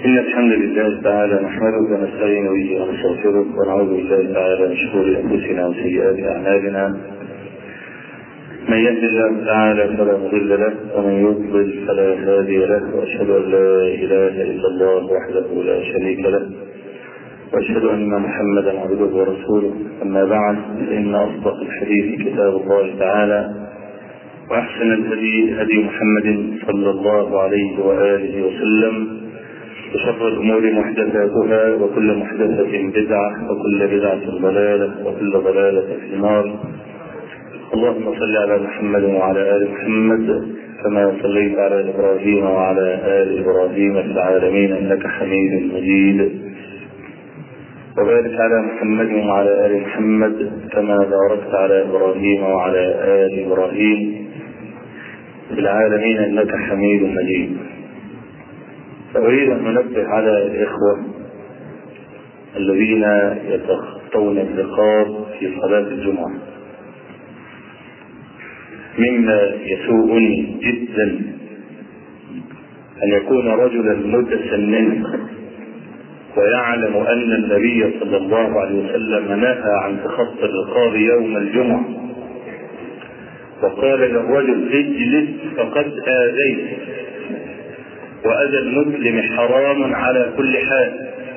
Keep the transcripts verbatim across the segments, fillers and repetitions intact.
إن الحمد لله تعالى نحمده ونستعين به ونستغفره ونعوذ بالله تعالى من شرور أنفسنا وسيئات أعمالنا. من يهد الله تعالى فلا مضل له ومن يضلل فلا هادي له، وأشهد أن لا إله إلا الله وحده لا شريك له، وأشهد أن محمدا عبده ورسوله. أما بعد، فإن أصدق الحديث كتاب الله تعالى، وأحسن الهدي هدي محمد صلى الله عليه وآله وسلم، وشر الأمور محدثاتها، وكل محدثة بدعة، وكل بدعة ضلالة، وكل ضلالة في النار. اللهم صل على محمد وعلى آل محمد كما صليت على إبراهيم وعلى آل إبراهيم في العالمين إنك حميد مجيد، وبارك على محمد وعلى آل محمد كما باركت على إبراهيم وعلى آل إبراهيم في العالمين إنك حميد مجيد. أريد أن ننبه على الإخوة الذين يتخطون الرقاب في صلاة الجمعة. مما يسوءني جدا أن يكون رجلا متسننا ويعلم أن النبي صلى الله عليه وسلم نهى عن تخطي الرقاب يوم الجمعة، وقال للرجل اجلس فقد آذيت، وأذى المسلم حرام على كل حال،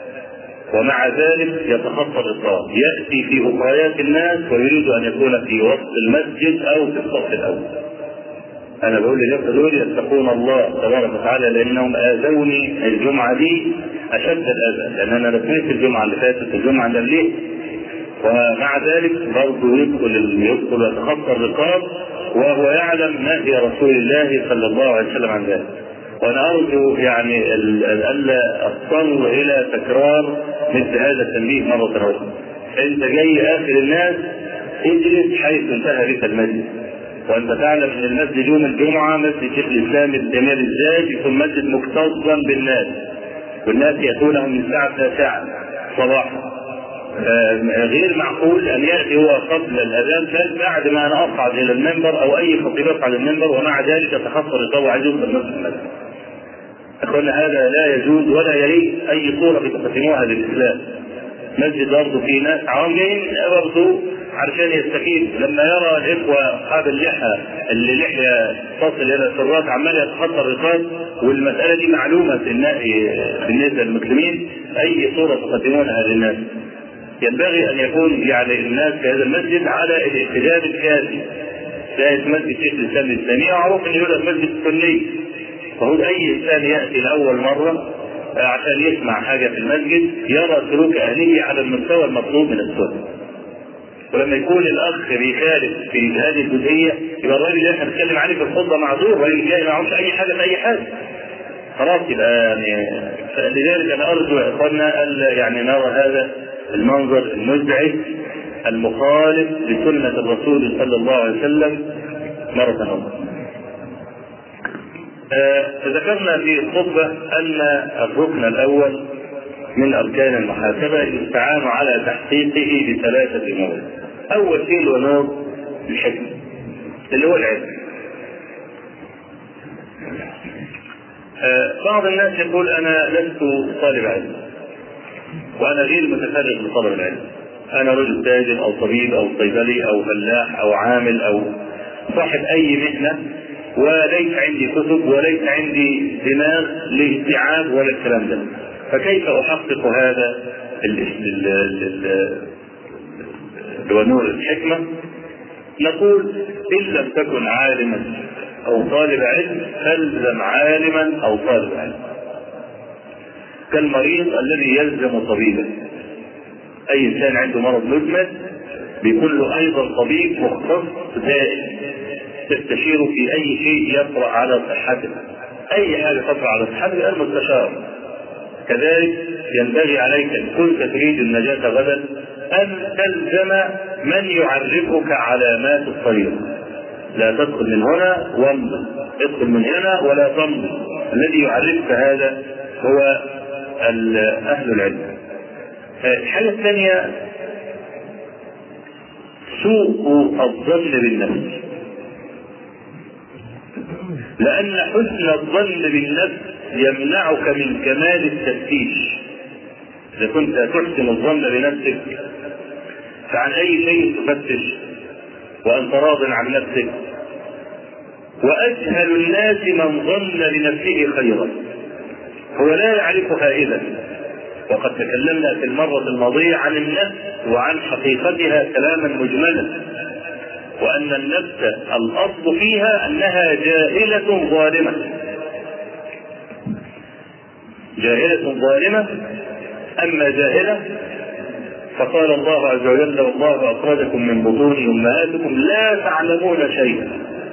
ومع ذلك يتخطى الرقاب، يأتي في أخريات الناس ويريد أن يكون في وسط المسجد أو في الصف الأول. أنا بقول للإخوة دول يتقون الله تبارك وتعالى، لأنهم آذوني الجمعة دي أشد الأذى، لأن أنا رسمت الجمعة اللي فاتت الجمعة اللي قبلها، ومع ذلك برضه يدخل يدخل يتخطى الرقاب وهو يعلم نهي رسول الله صلى الله عليه وسلم عن ذلك. وأنا أرجو يعني ألا أضطر إلى تكرار مثل هذا التنبيه مرة أخرى. أنت جاي آخر الناس، اجلس حيث انتهى بك المسجد، وأنت تعلم أن المسجد يوم الجمعة مسجد شيخ الإسلام التيمية بالذات يكون مسجد مكتظا بالناس، والناس يأتونهم من الساعة التاسعة صباحا. غير معقول أن يأتي هو قبل الأذان بل بعد ما أنا أصعد إلى المنبر أو أي خطيب يصعد المنبر ومع ذلك يتخطى الرقاب وعايز يوصل نصف المسجد. أخوانا هذا لا يجوز ولا يليق أي صورة بتقدموها للإسلام. مسجد برضه في ناس عوام جايين برضه علشان يستفيد، لما يرى الإخوة أصحاب اللحى اللي لحية تصل إلى السرات عمال يتخطى الرقاب، والمسألة دي معلومة بالنسبة للمسلمين، أي صورة تقدمونها للناس. ينبغي أن يكون يعني الناس في هذا المسجد على الاحتجاج الكافي. لا مسجد شيخ الإسلام الإسلامي معروف أن يقول مسجد السني، فهو أي إنسان يأتي لأول مرة عشان يسمع حاجة في المسجد يرى سلوك أهله على المستوى المطلوب من السنة. ولما يكون الأخ بيخالف في هذه الجزئية يبقى الراجل اللي احنا بنتكلم عليه في الخطبة معذور، والراجل جاي ما يعرفش أي حاجة في أي حاجة. خلاص يبقى يعني لذلك أنا أرجو يا إخواننا ألا يعني نرى هذا المنظر المزعج المخالف لسنة الرسول صلى الله عليه وسلم مرة أخرى. ذكرنا في الخطبة أن الركن الأول من أركان المحاسبة الاستعانة على تحقيقه بثلاثة أمور. أول شيء هو نور الحكمة اللي هو العلم. بعض الناس يقول أنا لست طالب علم وأنا غير متفرغ لطلب العلم، أنا رجل تاجر أو طبيب أو صيدلي أو فلاح أو عامل أو صاحب أي مهنة، وليس عندي كتب وليس عندي دماغ لاستيعاب ولا الكلام ده، فكيف أحقق هذا اللي هو نور الحكمة؟ نقول إن لم تكن عالما أو طالب علم فالزم عالما أو طالب علم، كالمريض الذي يلزم طبيبا. أي إنسان عنده مرض مزمن بيكون له أيضا طبيب مختص دائم تستشيره في أي شيء يطرأ على صحته، أي حاجة تطرأ على صحته المستشار. كذلك ينبغي عليك إن كنت تريد النجاة غدا أن تلزم من يعرفك علامات الطريق. لا تدخل من هنا وامضي، ادخل من هنا ولا تمضي. الذي يعرفك هذا هو أهل العلم. الحاجة الثانية سوء الظن بالنفس، لأن حسن الظن بالنفس يمنعك من كمال التفتيش. إذا كنت تحسن الظن بنفسك فعن أي شيء تفتش وأنت راض عن نفسك. وأجهل الناس من ظن لنفسه خيرا، هو لا يعرفها إذا. وقد تكلمنا في المرة الماضية عن النفس وعن حقيقتها كلاما مجملا، وأن النفس الأصل فيها أنها جاهلة ظالمة، جاهلة ظالمة. أما جاهلة فقال الله عز وجل: والله أخرجكم من بطون أمهاتكم لا تعلمون شيئا.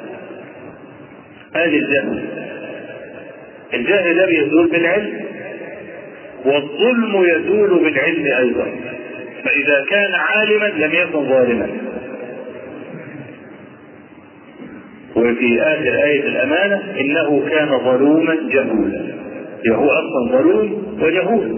هذه الجهل. الجهل ده يزول بالعلم، والظلم يزول بالعلم أيضا. فإذا كان عالما لم يكن ظالما. وفي آخر آية الأمانة: إنه كان ظلوما جهولا. هو أصلا ظلوم وجهول.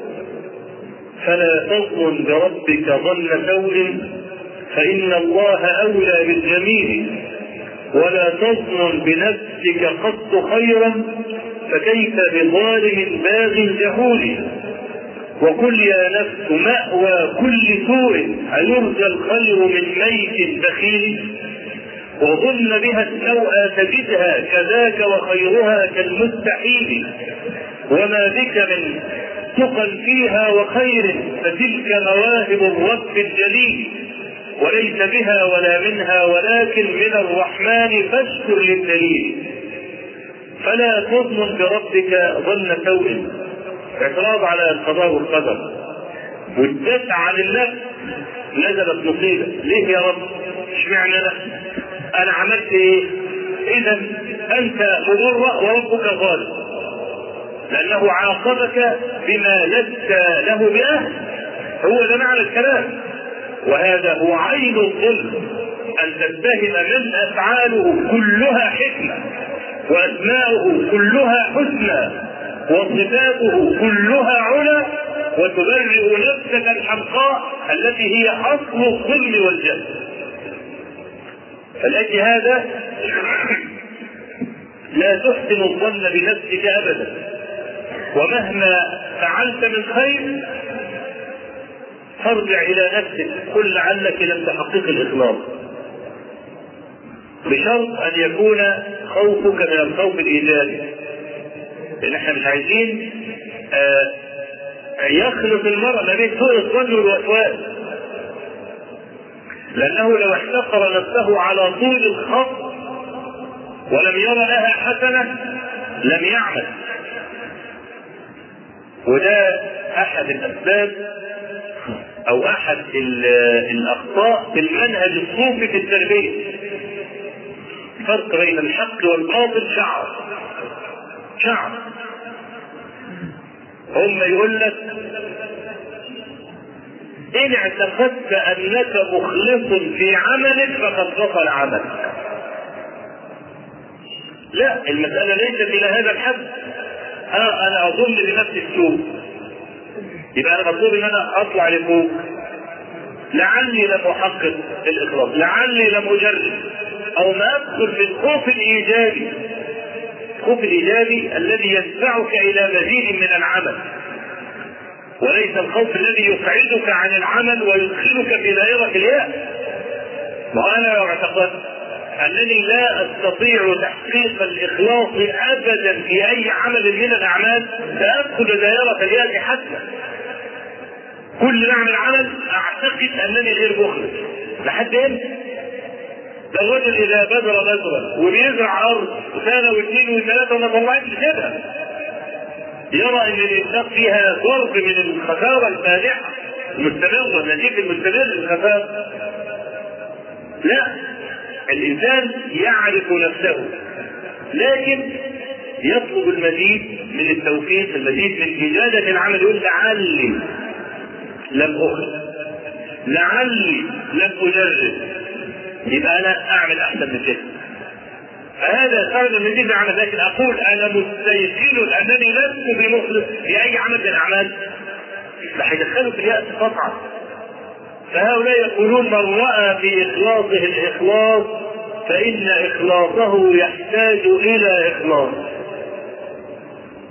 فلا تظن بربك ظن سوء فإن الله أولى بالجميل، ولا تظن بنفسك قط خيرا فكيف بظالم باغ جهول. وقل يا نفس مأوى كل سوء أيرجى الخير من ميت بخيل، وظن بها السوء تجدها كذاك وخيرها كالمستحيل. وما بك من تقى فيها وخير فتلك مواهب الرب الجليل، وليس بها ولا منها ولكن من الرحمن فاشكر للدليل. فلا تظن بربك ظن سوء، اعتراض على القضاء والقدر، والدفع عن النفس. نزلت مصيبه، ليه يا رب؟ اشمعنى انا؟ انا عملت ايه؟ اذا انت مضر وربك ظالم، لانه عاقبك بما لست له باهل. هو ده معنى الكلام. وهذا هو عين الظلم، ان تتهم من افعاله كلها حكمه، واسماؤه كلها حسنى، وصفاته كلها علا، وتبرئ نفسك الحمقاء التي هي اصل الظلم والجهل. فلأجل هذا لا تحسن الظن بنفسك ابدا، ومهما فعلت من خير فارجع الى نفسك، قل لعلك لم تحقق الاخلاص، بشرط ان يكون خوفك من الخوف الايجابي. لان احنا مش عايزين آه يخلط المرء ما بين سوء الظن والوسواس، لانه لو احتقر نفسه على طول الخط ولم يرى لها حسنه لم يعمل. وده احد الاسباب او احد الاخطاء في المنهج الصوفي في التربيه. فرق بين الحق والباطل شعر شعر هم يقول لك: ان اعتقدت انك مخلص في عملك فقد بطل عملك. لا، المسألة ليست الى هذا الحد. اه انا اظن بنفسي السوء، يبقى انا مطلوب ان انا اطلع لفوق، لعلي لم احقق الاخلاص، لعلي لم اجرب، او ما ادخل في الخوف الايجابي، الخوف الايجابي الذي يدفعك الى مزيد من العمل، وليس الخوف الذي يبعدك عن العمل ويدخلك في دائرة اليأس. وانا لو اعتقدت انني لا استطيع تحقيق الاخلاص ابدا في اي عمل من الاعمال سادخل دائرة اليأس حتى. كل ما اعمل عمل اعتقد انني غير مخلص. لحد امتى؟ ده الرجل اذا بذر بذرة وبيزرع ارض سنة واثنين وثلاثة وما طلعتش كده، يرى ان الانفاق فيها ضرب من الخسارة الفادحة المستمرة، النتيجة المستمر للخسارة. لا، الانسان يعرف نفسه لكن يطلب المزيد من التوفيق، المزيد من إجادة العمل. يقول: لعلي لم أخلص، لعلي لم أجرب، يبقى أنا أعمل أحسن من كده. فهذا سبب المزيد من العمل. لكن أقول أنا مستيقن أنني لست بمخلص في أي عمل من الأعمال، فهيدخلوا في اليأس قطعا. فهؤلاء يقولون: من رأى في إخلاصه الإخلاص فإن إخلاصه يحتاج إلى إخلاص.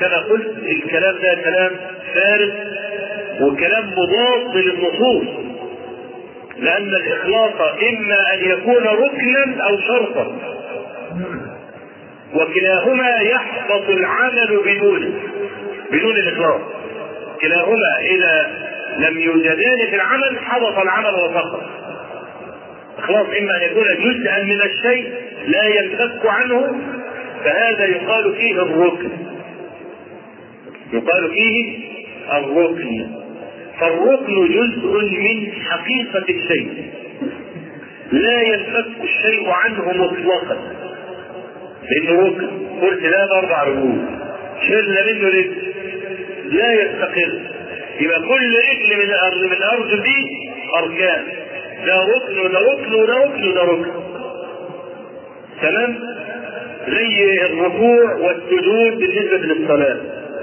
كما قلت الكلام ده كلام فارغ وكلام مضاد للنصوص، لأن الإخلاص إما أن يكون ركنا أو شرطا، وكلاهما يحبط العمل بدونه بدون الإخلاص. كلاهما إذا لم يوجدان في العمل حبط العمل وسقط. إخلاص إما أن يكون جزءا من الشيء لا ينفك عنه، فهذا يقال فيه الركن، يقال فيه الركن. فالركن جزء من حقيقة الشيء لا ينفك الشيء عنه مطلقا، لأنه ركن. قلت لا بأربع رجول شلنا منه رجل لا يستقر، يبقى كل رجل من الأرض من الأرض دي أركان، ده ركن وده ركن وده ركن وده ركن. تمام؟ زي الركوع والسجود بالنسبة للصلاة.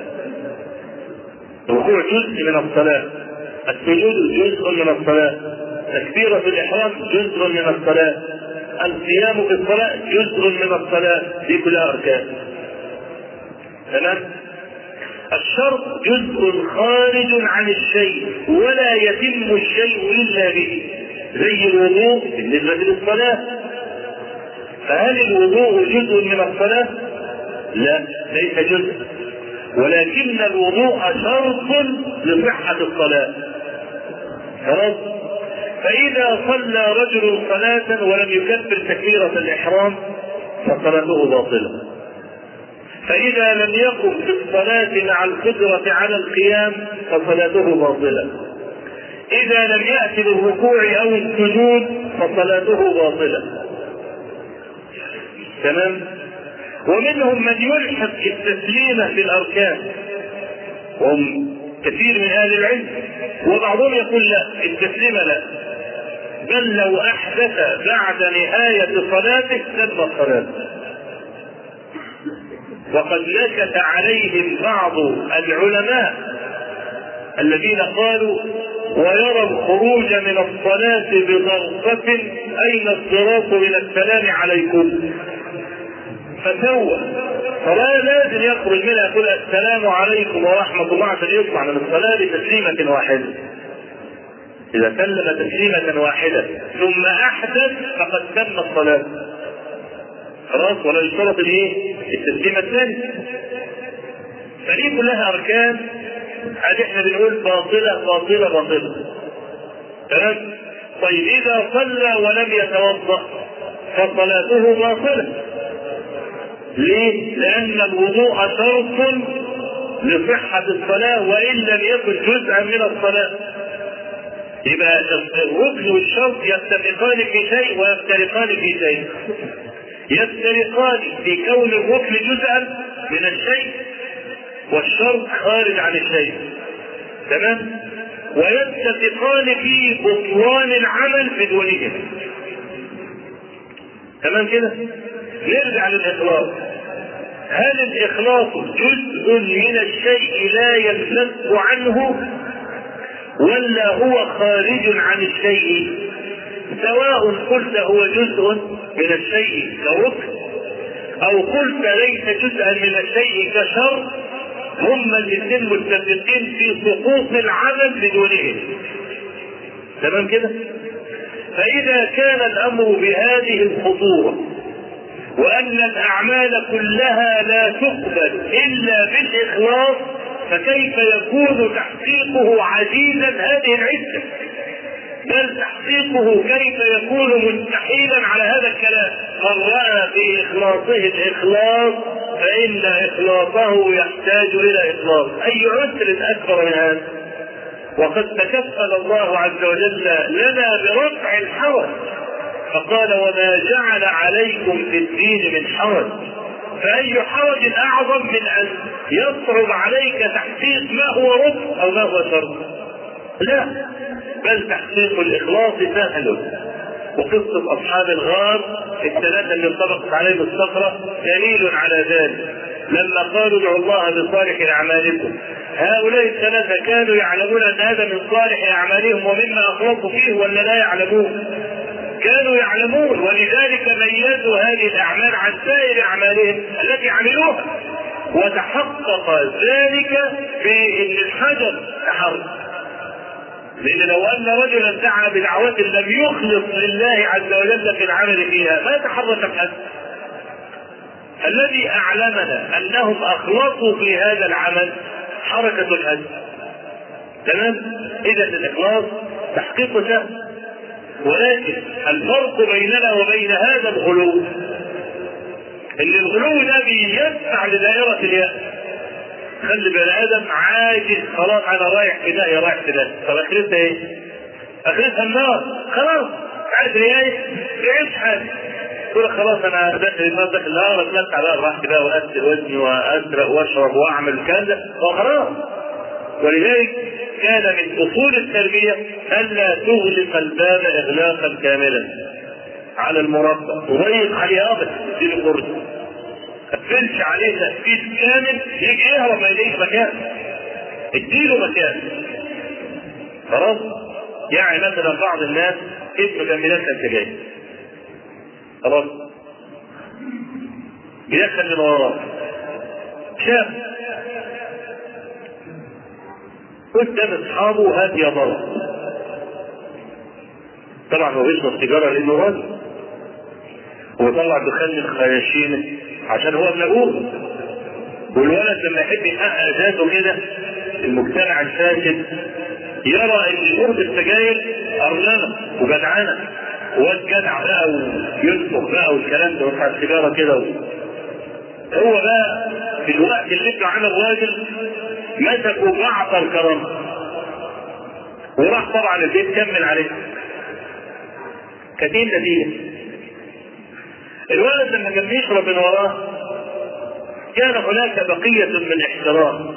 الركوع جزء من الصلاة، السجود جزء من الصلاة، تكبيرة الإحرام جزء من الصلاة، القيام في الصلاة جزء من الصلاة، دي كلها أركان. تمام؟ الشرط جزء خارج عن الشيء ولا يتم الشيء إلا به، زي الوضوء بالنسبة للصلاة. فهل الوضوء جزء من الصلاة؟ لا، ليس جزء، ولكن الوضوء شرط لصحة الصلاة. خلاص؟ فإذا صلى رجل صلاة ولم يكبر تكبيرة الإحرام فصلاته باطلة. فإذا لم يقم في الصلاة مع القدرة على القيام فصلاته باطلة. إذا لم يأتي بالركوع أو السجود فصلاته باطلة. تمام؟ ومنهم من يلحق التسليم في الأركان، وهم كثير من أهل العلم، وبعضهم يقول لا، التسليم لا، بل لو أحدث بعد نهاية صلاته سلم صلاته. وقد نكت عليهم بعض العلماء الذين قالوا ويرى الخروج من الصلاة بضغطة أين الصراط من السلام عليكم، فسوى فلا لازم يخرج منها يقول السلام عليكم ورحمة الله عشان يطلع من الصلاة بتسليمة واحدة. إذا سلم تسليمة واحدة ثم أحدث فقد تم الصلاة، خلاص، ولا يشترط الايه؟ التسليمة الثانية. فدي كلها أركان، هذه احنا بنقول باطلة باطلة باطلة. تمام؟ طيب إذا صلى ولم يتوضأ فصلاته باطلة. ليه؟ لأن الوضوء شرط لصحة الصلاة وإن لم يكن جزءا من الصلاة. يبقى الركن والشرط يتفقان في شيء ويفترقان في شيء. يفترقان في كون الركن جزءا من الشيء والشرط خارج عن الشيء. تمام؟ ويتفقان في بطلان العمل بدونهم. تمام كده؟ نرجع للإخلاص. هل الإخلاص جزء من الشيء لا ينفك عنه ولا هو خارج عن الشيء؟ سواء قلت هو جزء من الشيء كركن أو قلت ليس جزءا من الشيء كشرط، هم الاثنين متفقين في سقوط العمل بدونهم. تمام كده؟ فإذا كان الأمر بهذه الخطورة وأن الأعمال كلها لا تقبل إلا بالإخلاص، فكيف يكون تحقيقه عزيزا هذه العزة؟ بل تحقيقه كيف يكون مستحيلا على هذا الكلام؟ من رأى في إخلاصه الإخلاص فإن إخلاصه يحتاج إلى إخلاص. أي عسر أكبر من هذا؟ وقد تكفل الله عز وجل لنا برفع الحرج، فقال وما جعل عليكم في الدين من حرج. فأي حرج أعظم من أن يصعب عليك تحقيق ما هو ركن أو ما هو شرط؟ لا، بل تحقيق الإخلاص سهل. وقصة أصحاب الغار الثلاثة اللي انطبقت عليهم الصخرة دليل على ذلك. لما قالوا ادعوا الله بصالح أعمالكم، هؤلاء الثلاثة كانوا يعلمون أن هذا من صالح أعمالهم ومما أخلصوا فيه ولا لا يعلمون؟ كانوا يعلمون، ولذلك ميزوا هذه الأعمال عن سائر أعمالهم التي عملوها. وتحقق ذلك بان الحجر تحرك. لان لو ان رجلا دعا بدعوة لم يخلص لله عز وجل في العمل فيها ما تحرك الحجر. الذي اعلمنا انهم اخلصوا في هذا العمل حركة الحجر. تمام؟ اذا الاخلاص تحقيق سهل، ولكن الفرق بيننا وبين هذا الغلو ان الغلو ده بيدفع لدائرة اليأس. خلي بني ادم عاجز خلاص، انا رايح في داهية رايح في داهية، طب اخرتها ايه؟ اخرتها النار. خلاص عارف ايه؟ تعيش حاجة تقول خلاص انا داخل النار داخل النار، اتمتع بقى براحتي بقى واسر وزني واسرق واشرب واعمل الكلام ده وخلاص. ولذلك كان من اصول التربية الا تغلق الباب اغلاقا كاملا على المربى، تضيق عليه ابدا، تديله فرصة، ما تقفلش عليه تقفيل كامل يجي يهرب ما يلاقيش مكان، اديله مكان. خلاص؟ يعني مثلا بعض الناس اسمه كان بيدخل سجاير، خلاص بيدخل من وراه، شاف قدام اصحابه هات يا ضرب، طبعا هو بيشرب سيجاره لانه راجل، وطلع دخان من خياشيمه عشان هو ابن ابوه. والولد لما يحب يحقق ذاته كده المجتمع الفاسد يرى ان شرب السجاير ارنبه وجدعنه واد جدع بقى وينفخ بقى والكلام ده ويرفع السيجاره كده. هو بقى في الوقت اللي ابنه عمل راجل مسكوا بعطر كرامه وراح طبعا البيت كمل عليه. كانت ايه النتيجه؟ الولد لما كان بيشرب من وراه كان هناك بقيه من احترام،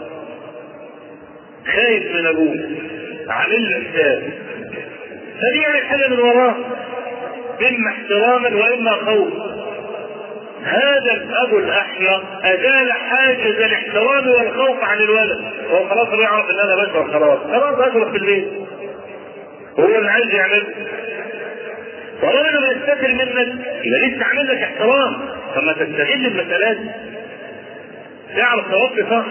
خايف من ابوه، عامل له حساب، فبيعمل حاجه من وراه اما احتراما واما خوفا. هذا الاب الاحمق ازال حاجز الاحترام والخوف عن الولد، هو خلاص بيعرف ان انا بشرب خلاص خلاص اشرب في البيت، هو اللي عايز يعمله. طالما انا بستفر منك يبقى لسه عامل لك احترام، فما تستغل المسألة دي، تعرف توقف صح.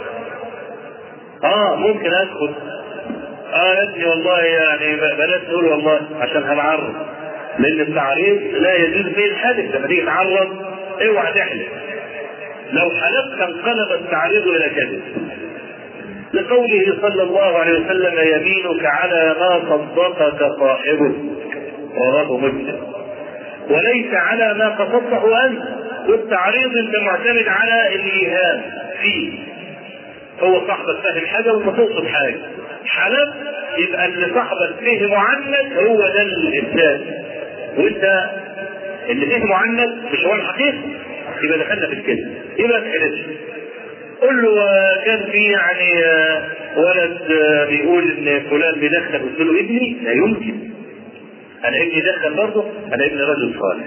اه ممكن ادخل اه يا ابني والله يعني بلاش تقول والله عشان هنعرض، لان التعريض لا يجوز فيه الحدث. لما تيجي تعرض اوعى تحلف، لو حلفت انقلب التعريض الى كذب، لقوله صلى الله عليه وسلم يمينك على ما صدقك صاحبه، رواه مسلم، وليس على ما قصدته انت. والتعريض انت معتمد على الايهام فيه، هو صاحبك فاهم حاجه وانت تقصد حاجه، حلف يبقى اللي صاحبك فهمه عنك هو ده الانسان، وانت اللي فهمه عنك مش هو الحقيقه، يبقى دخلنا في الكذب. يبقى تحلفش، قل له كان في يعني ولد بيقول ان فلان بيدخل، قلت له ابني لا يمكن، انا ابني دخل برضه، انا ابني رجل صالح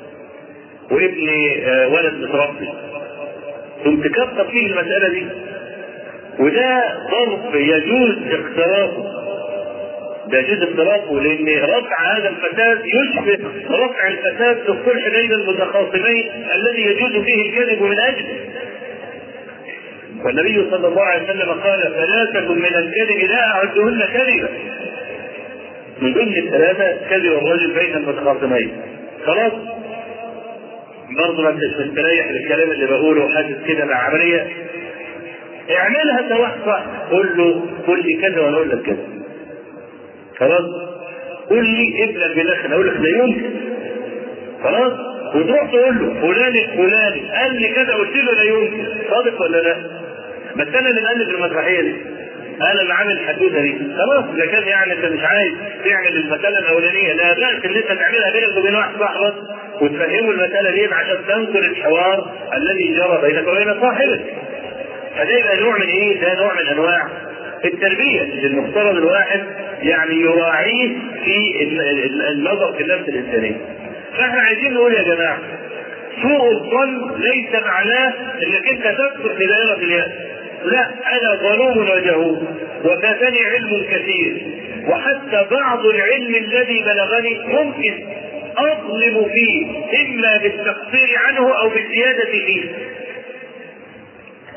وابني ولد متربي، كنت كتر فيه المساله دي، وده ضرب يجوز اختراقه، ده يجوز اختراقه، لان رفع هذا الفساد يشبه رفع الفساد في الصلح بين المتخاصمين الذي يجوز فيه الكذب من اجله. والنبي صلى الله عليه وسلم قال ثلاثة من الكذب لا اعدهن كذبا، من ضمن الثلاثة كذب الرجل بين المتخاصمين. خلاص برضه ما انتش مستريح للكلام اللي بقوله وحاسس كده مع عملية، اعملها توحصة، قول له قول لي كذا وانا اقول لك كذا. خلاص قول لي ابنك بيدخن اقول لك لا يمكن، خلاص وتروح تقول له فلان الفلاني قال لي كذا قلت له لا يمكن، صادق ولا لا؟ بس انا اللي مؤلف المسرحيه دي، انا اللي عامل الحدوته دي، خلاص اذا كان يعني انت مش عايز تعمل المساله الاولانيه لا بأس ان انت تعملها بينك وبين واحد صاحبك وتفهمه المساله دي عشان تنقل الحوار الذي جرى بينك وبين صاحبك. فده يبقى نوع من ايه؟ ده نوع من انواع التربيه اللي المفترض الواحد يعني يراعيه في النظر في النفس الانسانيه. فاحنا عايزين نقول يا جماعه سوء الظن ليس معناه انك انت تدخل في دائره اليأس، لا، انا ظلوم وجهول وفاتني علم كثير، وحتى بعض العلم الذي بلغني ممكن اظلم فيه اما بالتقصير عنه او بالزياده فيه.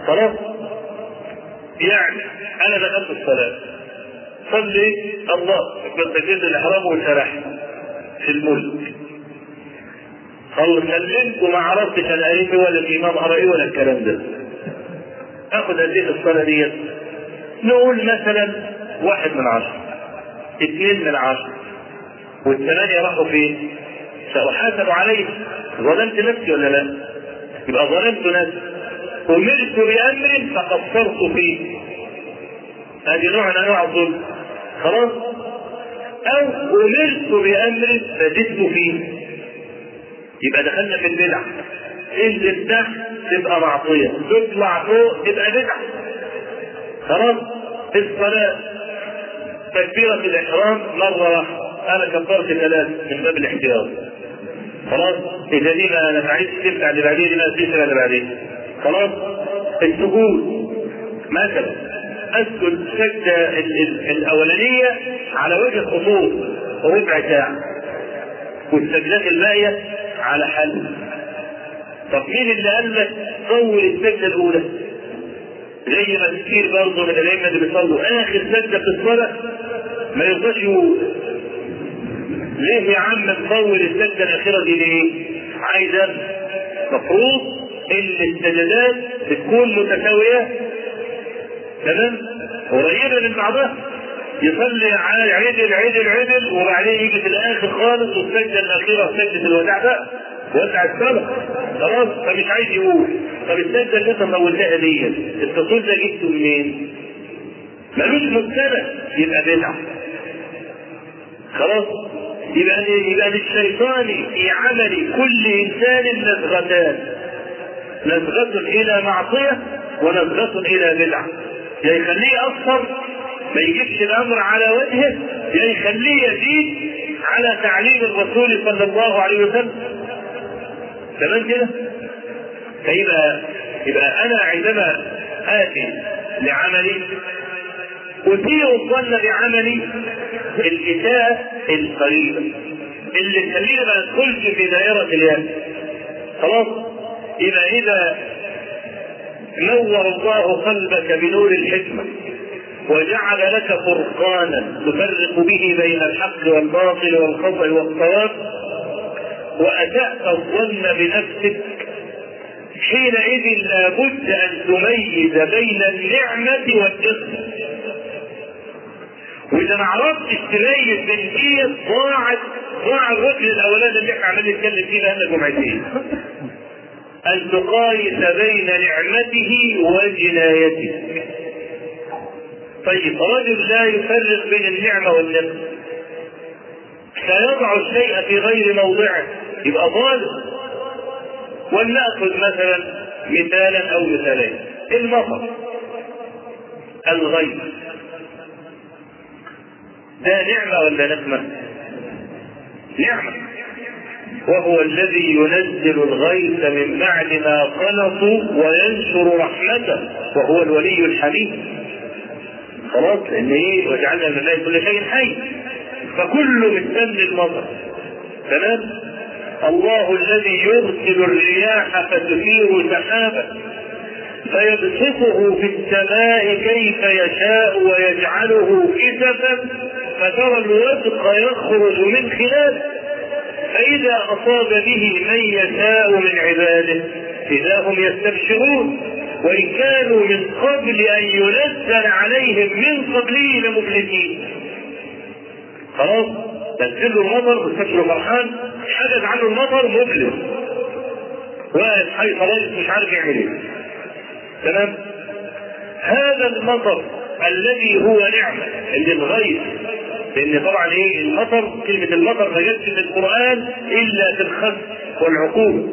خلاص؟ يعني انا دخلت الصلاه صلي الله بتكبيرة الاحرام وسرحت في الملك، خلص سلمت وما عرفتش انا قريت ولا الامام قرا ايه ولا الكلام ده، اخذ قد ايه الصلاه ديت؟ نقول مثلا واحد من عشره، اثنين من عشره، والثمانيه راحوا فين؟ سأحاسب عليه. ظلمت نفسي ولا لا؟ يبقى ظلمت نفسي. أمرت بأمر فقصرت فيه، هذه نوع من أنواع الظلم. خلاص؟ أو أمرت بأمر فزدت فيه، يبقى دخلنا في البدع. انزل تحت تبقى معصية، تطلع فوق تبقى بدعة. خلاص؟ الصلاة تكبيرة الإحرام مرة واحدة، أنا كبرت ثلاث من باب الاحتياط. خلاص؟ إذا دي ما نفعتش تنفع اللي بعدين، دي ما تنفع اللي بعدين. خلاص؟ السجود مثلا أسجد سجدة الأولانية على وجه الخطوط ربع ساعة، والسجدات الباقية على حل. طب مين اللي قال لك طول السجدة الأولى؟ زي ما كتير برضه من الأئمة اللي بيصلوا آخر سجدة في الصلاة ما يرضاش يقول. ليه يا عم تطول السجدة الأخيرة دي ليه؟ عايز مفروض إن السجدات بتكون متساوية تمام؟ قريبة من بعضها، يصلي عدل عدل عدل وبعدين يجي في الآخر خالص والسجدة الأخيرة سجدة الوداع بقى ودع الصلاة. خلاص؟ فمش عايز يقول. طب السجدة اللي انت طولتها دي التصوير ده جبته منين؟ ملوش مستند، يبقى بدعة. خلاص؟ يبقى يبقى للشيطان في عمل كل انسان نزغتان، نزغة الى معصية ونزغة الى بدعة، يا يخليه اكثر ما يجيبش الامر على وجهه، يا يخليه يزيد على تعليم الرسول صلى الله عليه وسلم. تمام كده؟ فيبقى يبقى انا عندما اتي لعملي أثير الظن بعملي الإساءة القريبة اللي تخلينا ما ندخلش في دائرة اليأس. خلاص؟ يبقى إذا نور الله قلبك بنور الحكمة وجعل لك فرقانا تفرق به بين الحق والباطل والخطأ والصواب، وأسأت الظن بنفسك، حينئذ لابد أن تميز بين النعمة والإثم. وإذا ما عرفتش تميز بين دي ضاعت ضاع الركن الأولاني اللي احنا عمالين نتكلم فيه بقالنا جمعتين، أن تقايس بين نعمته وجنايته. طيب رجل لا يفرق بين النعمة والنقمة، سيضع الشيء في غير موضعه، يبقى ظالم. ولنأخذ مثلا مثالا أو مثالين. المطر، الغيث، ده نعمة ولا نقمة؟ نعمة. وهو الذي ينزل الغيث من بعد ما قنطوا وينشر رحمته وهو الولي الحميد. خلاص؟ لأن ايه؟ وجعلنا من الله كل شيء حي، فكله مستني المطر. تمام؟ الله الذي يرسل الرياح فتثير سحابا فيبسطه في السماء كيف يشاء ويجعله كسفا فترى الودق يخرج من خلاله فإذا أصاب به من يشاء من عباده إذا هم يستبشرون وإن كانوا من قبل أن ينزل عليهم من قبله لمفلسين. خلاص؟ نزل له المطر واستبشروا فرحان، حدث عنه المطر مفلس واقف حي خلاص مش عارف يعمل ايه. تمام؟ هذا المطر الذي هو نعمة اللي الغيث، لأن طبعا ايه المطر، كلمة المطر ما جاتش في القرآن إلا في الخسف والعقوبة.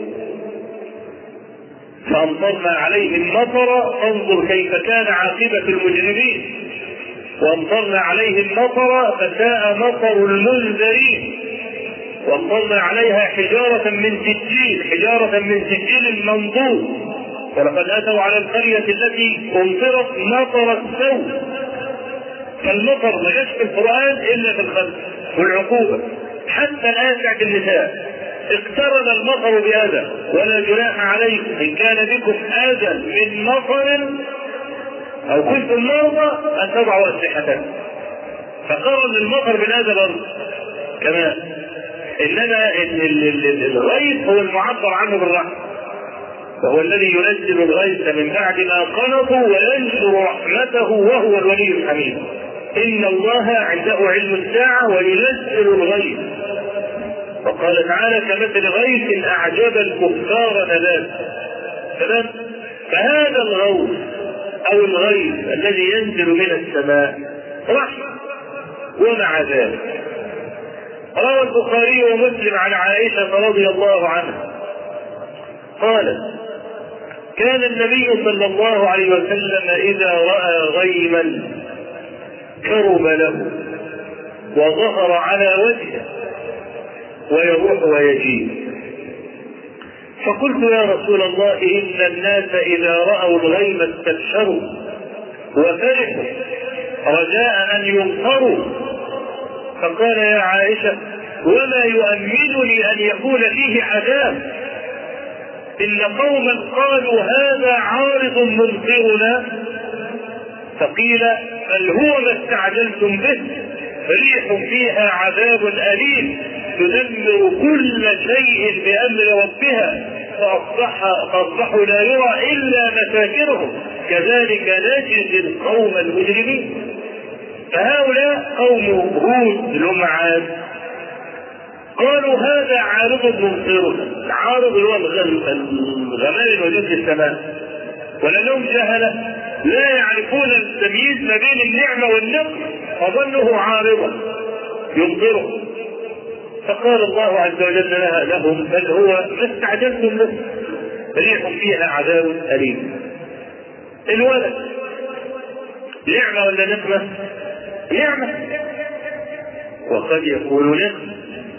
فأمطرنا عليهم مطرا فانظر كيف كان عاقبة المجرمين، وأمطرنا عليهم مطرا فساء مطر المنذرين، وأمطرنا عليها حجارة من سجيل حجارة من سجيل منضود، ولقد أتوا على القرية التي أمطرت مطر السوء. فالمطر ما جاش في القرآن إلا في الخلق والعقوبة. حتى الآية بتاعت النساء اقترن المطر بأذى ولا جناح عليكم إن كان بكم أذى من مطر أو كنتم مرضى أن تضعوا أسلحتكم. فقرن المطر بالأذى برضه كمان. إنما الغيث هو المعبر عنه بالرحمة، وهو الذي ينزل الغيث من بعد ما قنطوا وينشر رحمته وهو الولي الحميد. إن الله عنده علم الساعة وينزل الغيث. وقال تعالى كمثل غيث أعجب الكفار نباته. فهذا الغوث أو الغيث الذي ينزل من السماء رحمة. ومع ذلك روى البخاري ومسلم عن عائشة رضي الله عنها قالت كان النبي صلى الله عليه وسلم إذا رأى غيما كرب له وظهر على وجهه ويروح ويجيب، فقلت يا رسول الله إن الناس إذا رأوا الغيم استبشروا وفرحوا رجاء أن يمطروا، فقال يا عائشة وما يؤمنني أن يكون فيه عذاب، إن قوما قالوا هذا عارض ممطرنا، فقيل بل هو ما استعجلتم به، ريح فيها عذاب أليم تدمر كل شيء بأمر ربها فأصبح فأصبحوا لا يرى إلا مساكنهم كذلك نجزي القوم المجرمين. فهؤلاء قوم هود اللي هم عاد قالوا هذا عارض ممطرنا، العارض هو الغمام الموجود في السماء، ولأنهم جهلة لا يعرفون التمييز ما بين النعمة والنقم فظنه عارضا يمطره. فقال الله عز وجل لها لهم بل هو ما استعجلتم به، ريح فيها عذاب أليم. الولد نعمة ولا نقمة؟ نعمة، وقد يكون نقمة.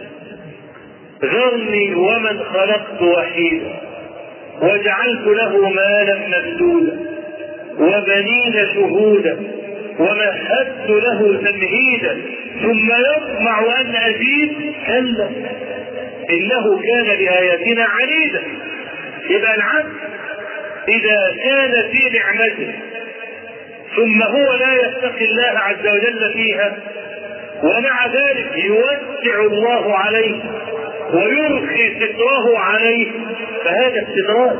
ذرني ومن خلقت وحيدا وجعلت له مالا ممدودا وبنين شهودا ومهدت له تمهيدا ثم يطمع أن أزيد كلا إنه كان لآياتنا عنيدا. يبقى العبد إذا كان في نعمته ثم هو لا يتقي الله عز وجل فيها ومع ذلك يوسع الله عليه ويرخي ستره عليه فهذا استدراج.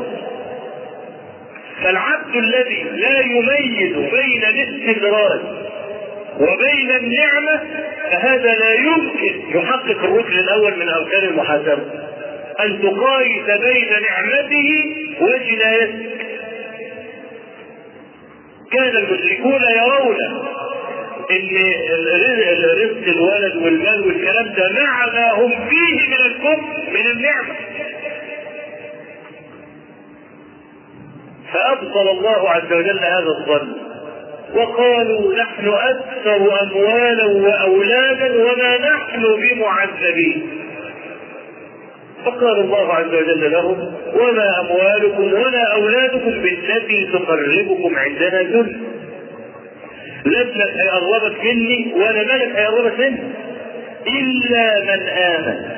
فالعبد الذي لا يميز بين الاستدراج وبين النعمة فهذا لا يمكن يحقق الركن الأول من أركان المحاسبة، أن تقايس بين نعمته وجنايته. كان المشركون يرون ان رزق الولد والمال والكلام ده مع ما هم فيه من الكفر من النعمة، فأبطل الله عز وجل هذا الظن وقالوا نحن أكثر أموالا وأولادا وما نحن بمعذبين. فقال الله عز وجل لهم وما أموالكم ولا أولادكم بالتي تقربكم عندنا ذل، لا ابنك هيقربك مني ولا مالك هيقربك مني إلا من آمن.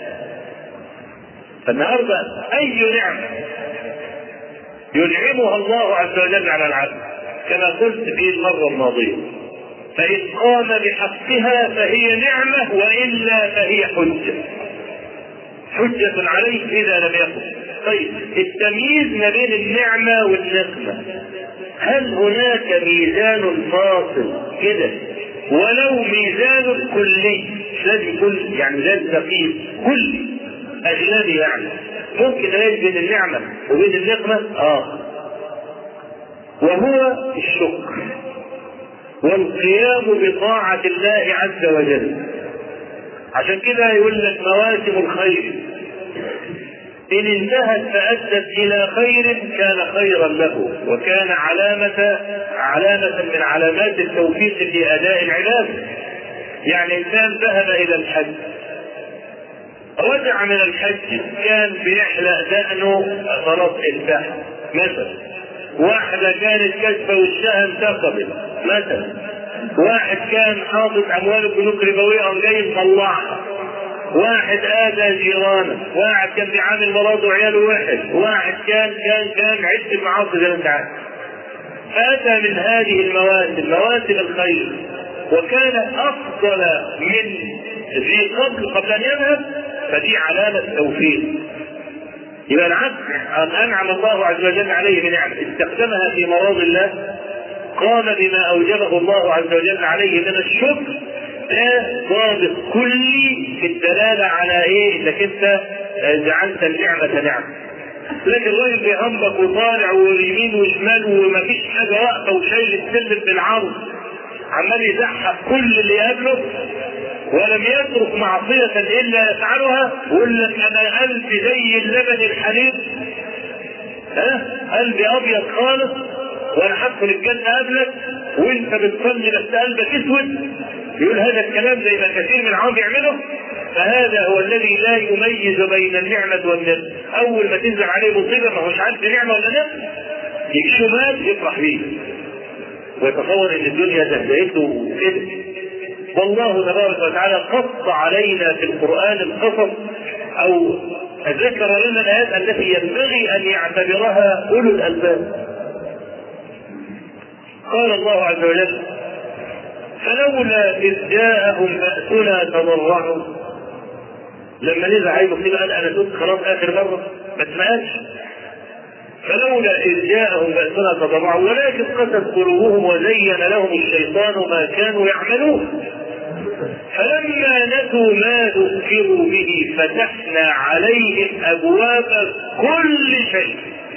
فالنهارده أي نعمة ينعمها الله عز وجل على العبد كما قلت في المرة الماضية فإن قام بحقها فهي نعمة وإلا فهي حجة حجة عليه إذا لم يقم. طيب التمييز ما بين النعمة والنقمة، هل هناك ميزان فاصل كده ولو ميزان كلي لازم كل يعني لازم دقيق كلي أجنبي يعني ممكن نلاقي بين النعمة وبين النقمة اه وهو الشكر والقيام بطاعة الله عز وجل. عشان كده يقول لك مواسم الخير إن انتهت فأدت إلى خير كان خيرا له وكان علامة علامة من علامات التوفيق في أداء العبادة. يعني إنسان ذهب إلى الحج رجع من الحج كان بيحلق دقنه خلاص ارتاح مثلا، واحدة كانت كشفة وشها انتقبت مثلا، واحد كان حاطط أموال بنوك ربوية أو جاي مطلعها واحد آذى جيرانه، واحد كان بيعامل مراته وعياله وحش، واحد كان كان كان عدة معاصي زي ما انت عارف. فأتى من هذه المواسم مواسم الخير، وكان أفضل من ذي قبل قبل أن يذهب، فدي علامة توفيق. يبقى العبد أنعم الله عز وجل عليه بنعمة استخدمها في مراضي الله، قام بما أوجبه الله عز وجل عليه من الشكر، ده ضابط كلي في الدلالة على إيه؟ إنك أنت جعلت النعمة نعمة. لكن الراجل بيهمبك وطالع ويمين وشمال ومفيش حاجة واقفة وشايل السلم بالعرض، عمال يزحف كل اللي يقابله ولم يترك معصية إلا يفعلها، ويقول لك أنا قلبي زي اللبن الحليب، ها قلبي أبيض خالص وأنا هدخل الجنة قبلك وأنت بتصلي بس قلبك أسود. يقول هذا الكلام زي ما كثير من العام يعمله. فهذا هو الذي لا يميز بين النعمة والنعمة. أول ما تنزل عليه مصيبة ما هوش عارف نعمة ولا نعمة، يجي شمال يفرح بيه ويتصور ان الدنيا تهدئته كده. والله تبارك وتعالى قص علينا في القرآن القصص او ذكر لنا الآيات التي ينبغي ان يعتبرها اولو الألباب. قال الله عز وجل: فلولا إذ جاءهم بأسنا تضرعوا. لما نزل عليه مصيبة قال انا تبت خلاص اخر مرة، بس ما قالش فلولا إذ جاءهم بأسنا تضرعوا ولكن قست قلوبهم وزين لهم الشيطان ما كانوا يعملون. فلما نسوا ما ذكروا به فتحنا عليهم أبواب كل شيء.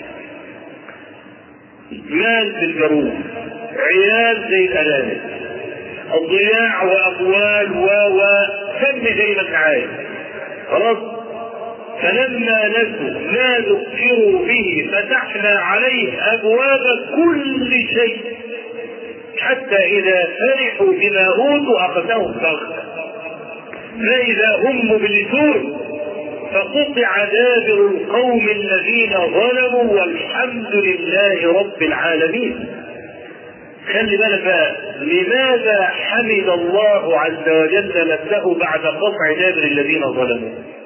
مال بالجروح، عيال زي الألام، الضياع وأموال و سم زي ما انت عايز، خلاص. فلما نسوا ما ذكروا به فتحنا عليه أبواب كل شيء حتى إذا فرحوا بما أوتوا أخذهم بغتة فإذا هم مبلسون فقطع دابر القوم الذين ظلموا والحمد لله رب العالمين. خلي بالك بقى، لماذا حمد الله عز وجل نفسه بعد قطع دابر الذين ظلموا؟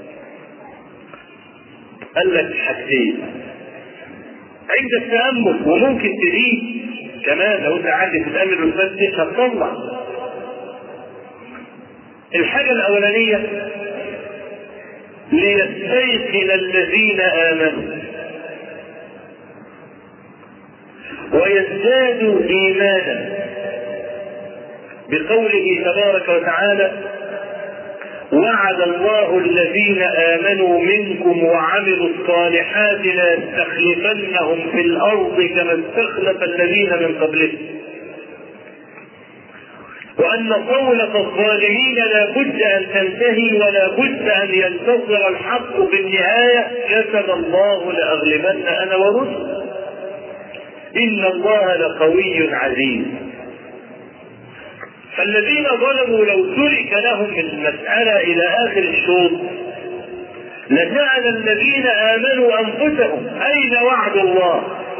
قال لك حاجتين عند التأمل، وممكن تزيد كمان لو انت عايز تتأمل وتفتش هتطلع. الحاجة الأولانية ليستيقن الذين آمنوا ويزدادوا إيمانا بقوله تبارك وتعالى: وعد الله الذين آمنوا منكم وعملوا الصالحات ليستخلفنهم في الأرض كما استخلف الذين من قبلهم وأن قولة الظالمين لا بد أن تنتهي ولا بد أن ينتصر الحق في النهاية. كتب الله لأغلبن أنا ورسل إن الله لقوي عزيز. فالذين ظلموا لو ترك لهم المسألة إلى آخر الشوط لسأل الذين آمنوا أنفسهم أين وعد الله؟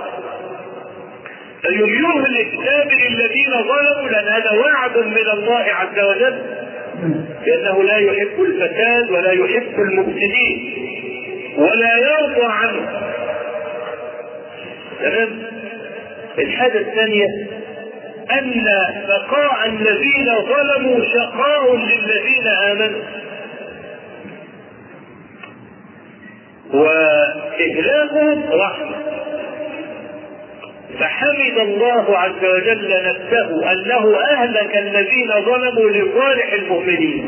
فيميوه الإكتاب للذين ظلموا لأن هذا وعد من الله عز وجل، لأنه لا يحب الفساد ولا يحب المفسدين ولا يرضى عنه. تمام؟ الحاجة الثانية أن بقاء الذين ظلموا شقاء للذين آمنوا، وإهلاكهم رحمة. فحمد الله عز وجل نفسه أنه أهلك الذين ظلموا لصالح المؤمنين.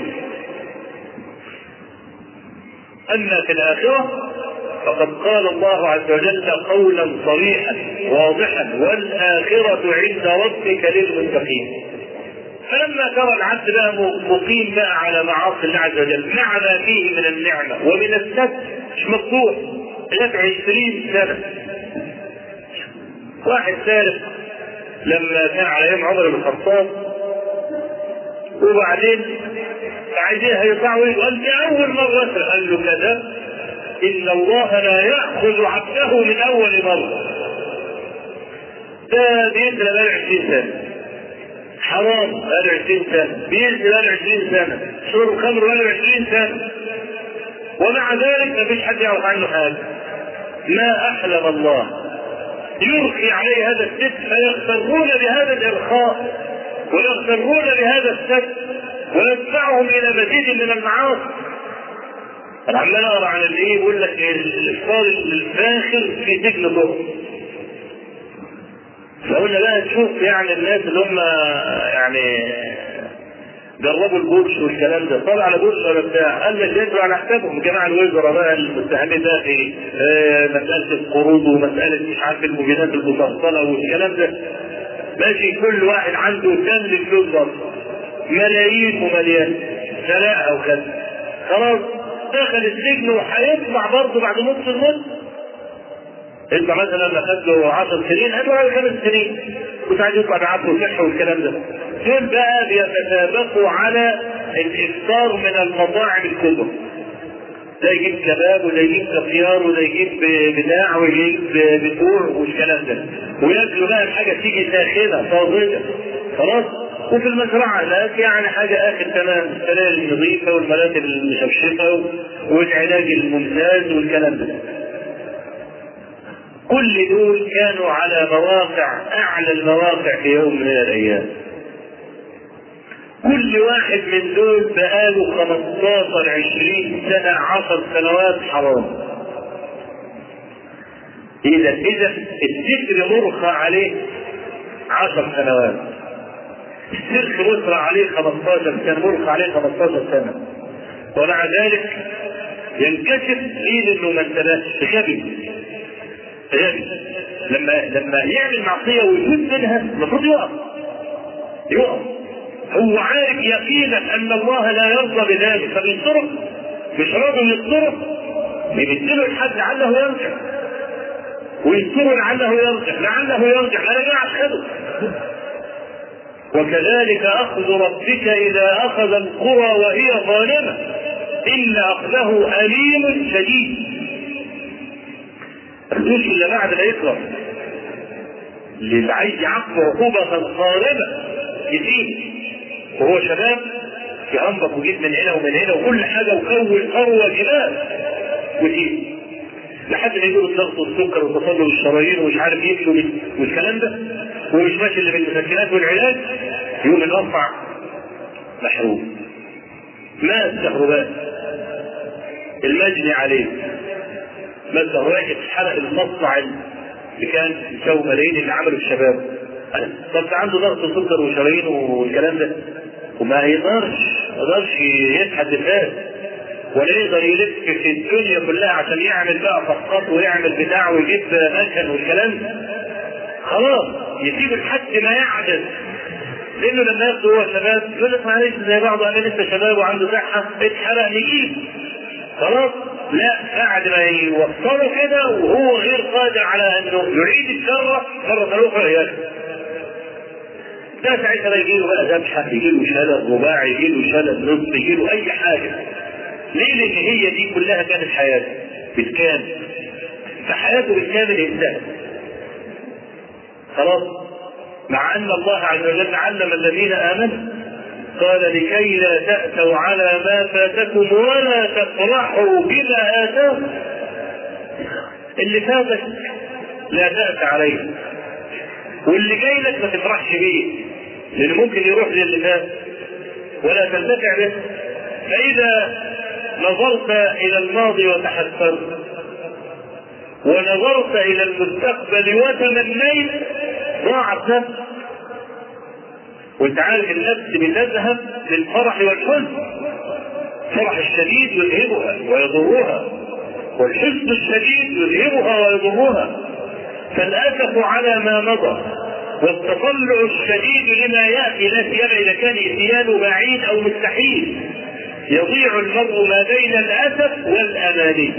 أما في الآخرة فقد قال الله عز وجل قولا صريحا واضحا: والآخرة عند ربك للمتقين. فلما ترى العبد بقى مقيم بقى على معاصي الله عز وجل مع ما فيه من النعمة ومن الستر مش مقطوع لك عشرين سنة. واحد سارق لما كان على يوم عمر بن الخطاب وبعدين عايزين هيطلعوا يقول دي أول مرة أسرق، قال له كذا إن الله لا يأخذ عبده من أول مرة. ده بينزل بقاله عشرين سنة، حرام بقاله عشرين سنة، بينزل بقاله عشرين سنة، شرب خمر بقاله عشرين سنة، ومع ذلك ما فيش حد يعرف عنه حاجه. ما احلم الله يرخي عليه هذا الست فيغترون بهذا الارخاء ويغترون بهذا السد ويدفعهم الى مزيد من المعاصي. انا عمال اقرا عن الايه يقول لك الافطار الفاخر في سجن ظهر. فقلنا بقى نشوف يعني الناس اللي هم يعني جربوا البورش والكلام ده، طلع على بورش ولا بتاع، قال لك يدروا على حسابهم جماعه الوزراء بقى المتهمين ده في آه مساله القروض ومساله مش عارف المبينات المفصله والكلام ده. ماشي كل واحد عنده كام للفلوس برضه ملايين ومليان سلاء او كذا، خلاص دخل السجن وهيطلع برضه بعد نص المده. انت مثلا لما خد له عشر سنين هاتوا على خمس سنين كنت عايز يطلع بعفو وصحه والكلام ده. دول بقى بيتسابقوا على الافطار من المطاعم الكبرى. ده يجيب كباب وده يجيب كافيار وده يجيب بتاع ويجيب بتوع والكلام ده، وياكلوا بقى الحاجه تيجي ساخنه طازجه خلاص. وفي المزرعه لا يعني حاجه اخر تمام، السلال النظيفه والمراتب المشفشفه والعلاج الممتاز والكلام ده. كل دول كانوا على مواقع اعلى المواقع في يوم من الايام. كل واحد من دول بقاله خمستاشر عشرين سنة عشر سنوات حرام. اذا اذا الذكر مرخى عليه عشر سنوات، السرق مرخى عليه خمستاشر سنة، مرخى عليه خمستاشر سنة، ومع ذلك ينكشف قيل انه ما انتبهش. غبي غبي لما لما يعمل معصية ويتوب منها المفروض يقف يقف هو عارف يقينا ان الله لا يرضى بذلك فبيصرف، مش راضي يصرف بيديله الحد لعله يرجع ويصر لعله يرجع لعله يرجع لا يرجع اشهده. وكذلك اخذ ربك اذا اخذ القرى وهي ظالمه ان اخذه اليم شديد. مش الا بعد ما يكره اللي عايز يعاقبه عقوبه صارمه يسيب وهو شباب ينبط ويجيب من هنا ومن هنا وكل حاجه وكون ثروه جبال وتيجي لحد ما يجيبوا الضغط والسكر وتصلب الشرايين ومش عارف يمشوا والكلام ده ومش ماشي اللي بالمسكنات والعلاج يقوم يرفع محروم. ما الكهرباء المجني عليه مثلا واحد حرق المصنع اللي كان يساوي ملايين اللي عمله الشباب. طب عنده ضغط وسكر وشرايين والكلام ده وما يقدرش ما يقدرش يسحب الفاس ولا يقدر يلف في الدنيا كلها عشان يعمل بقى فقط ويعمل بتاع ويجيب مكن والكلام ده. خلاص يسيب لحد ما يعجز، لانه لما ياخده هو شباب يقول لك معلش زي بعضه انا لسه شباب وعنده صحه اتحرق نجيب خلاص. لا بعد ما يوصله كده وهو غير قادر على انه يعيد الشر مره اخرى ياكل ده ساعتها يجيله بقى ذبحه يجيله شلل رباعي يجيله شلل نصف يجيله اي حاجه. ليه؟ لان هي دي كلها كانت حياته بالكامل، فحياته بالكامل انتهت خلاص. مع ان الله عز وجل علم الذين امنوا قال لكي لا تأتوا على ما فاتكم ولا تفرحوا بما آتاكم. اللي فاتك لا تأتى عليه واللي جاي لك ما تفرحش بيه لأنه ممكن يروح للي فات ولا تنتفع به. فإذا نظرت إلى الماضي وتحسرت ونظرت إلى المستقبل وتمنيت ضاعت نفسك. وانت عارف النفس بتذهب للفرح والحزن، الفرح الشديد يذهبها ويضرها والحزن الشديد يذهبها ويضرها. فالأسف على ما مضى والتطلع الشديد لما يأتي لا سيما إذا كان إتيانه بعيد أو مستحيل. يضيع المرء ما بين الأسف والأماني.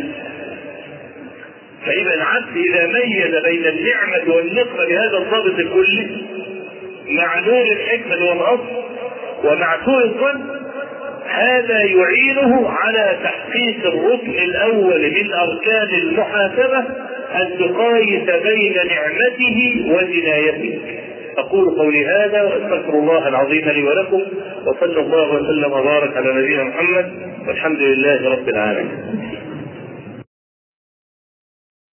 فإذا العبد إذا ميز بين النعمة والنقمة بهذا الضابط الكلي مع نور الحكمة والأصل ومع سوء الظن هذا يعينه على تحقيق الركن الأول من أركان المحاسبة أن تقايس بين نعمته وجنايته أقول قولي هذا وأستغفر الله العظيم لي ولكم، وصلى الله وسلم وبارك على نبينا محمد، والحمد لله رب العالمين.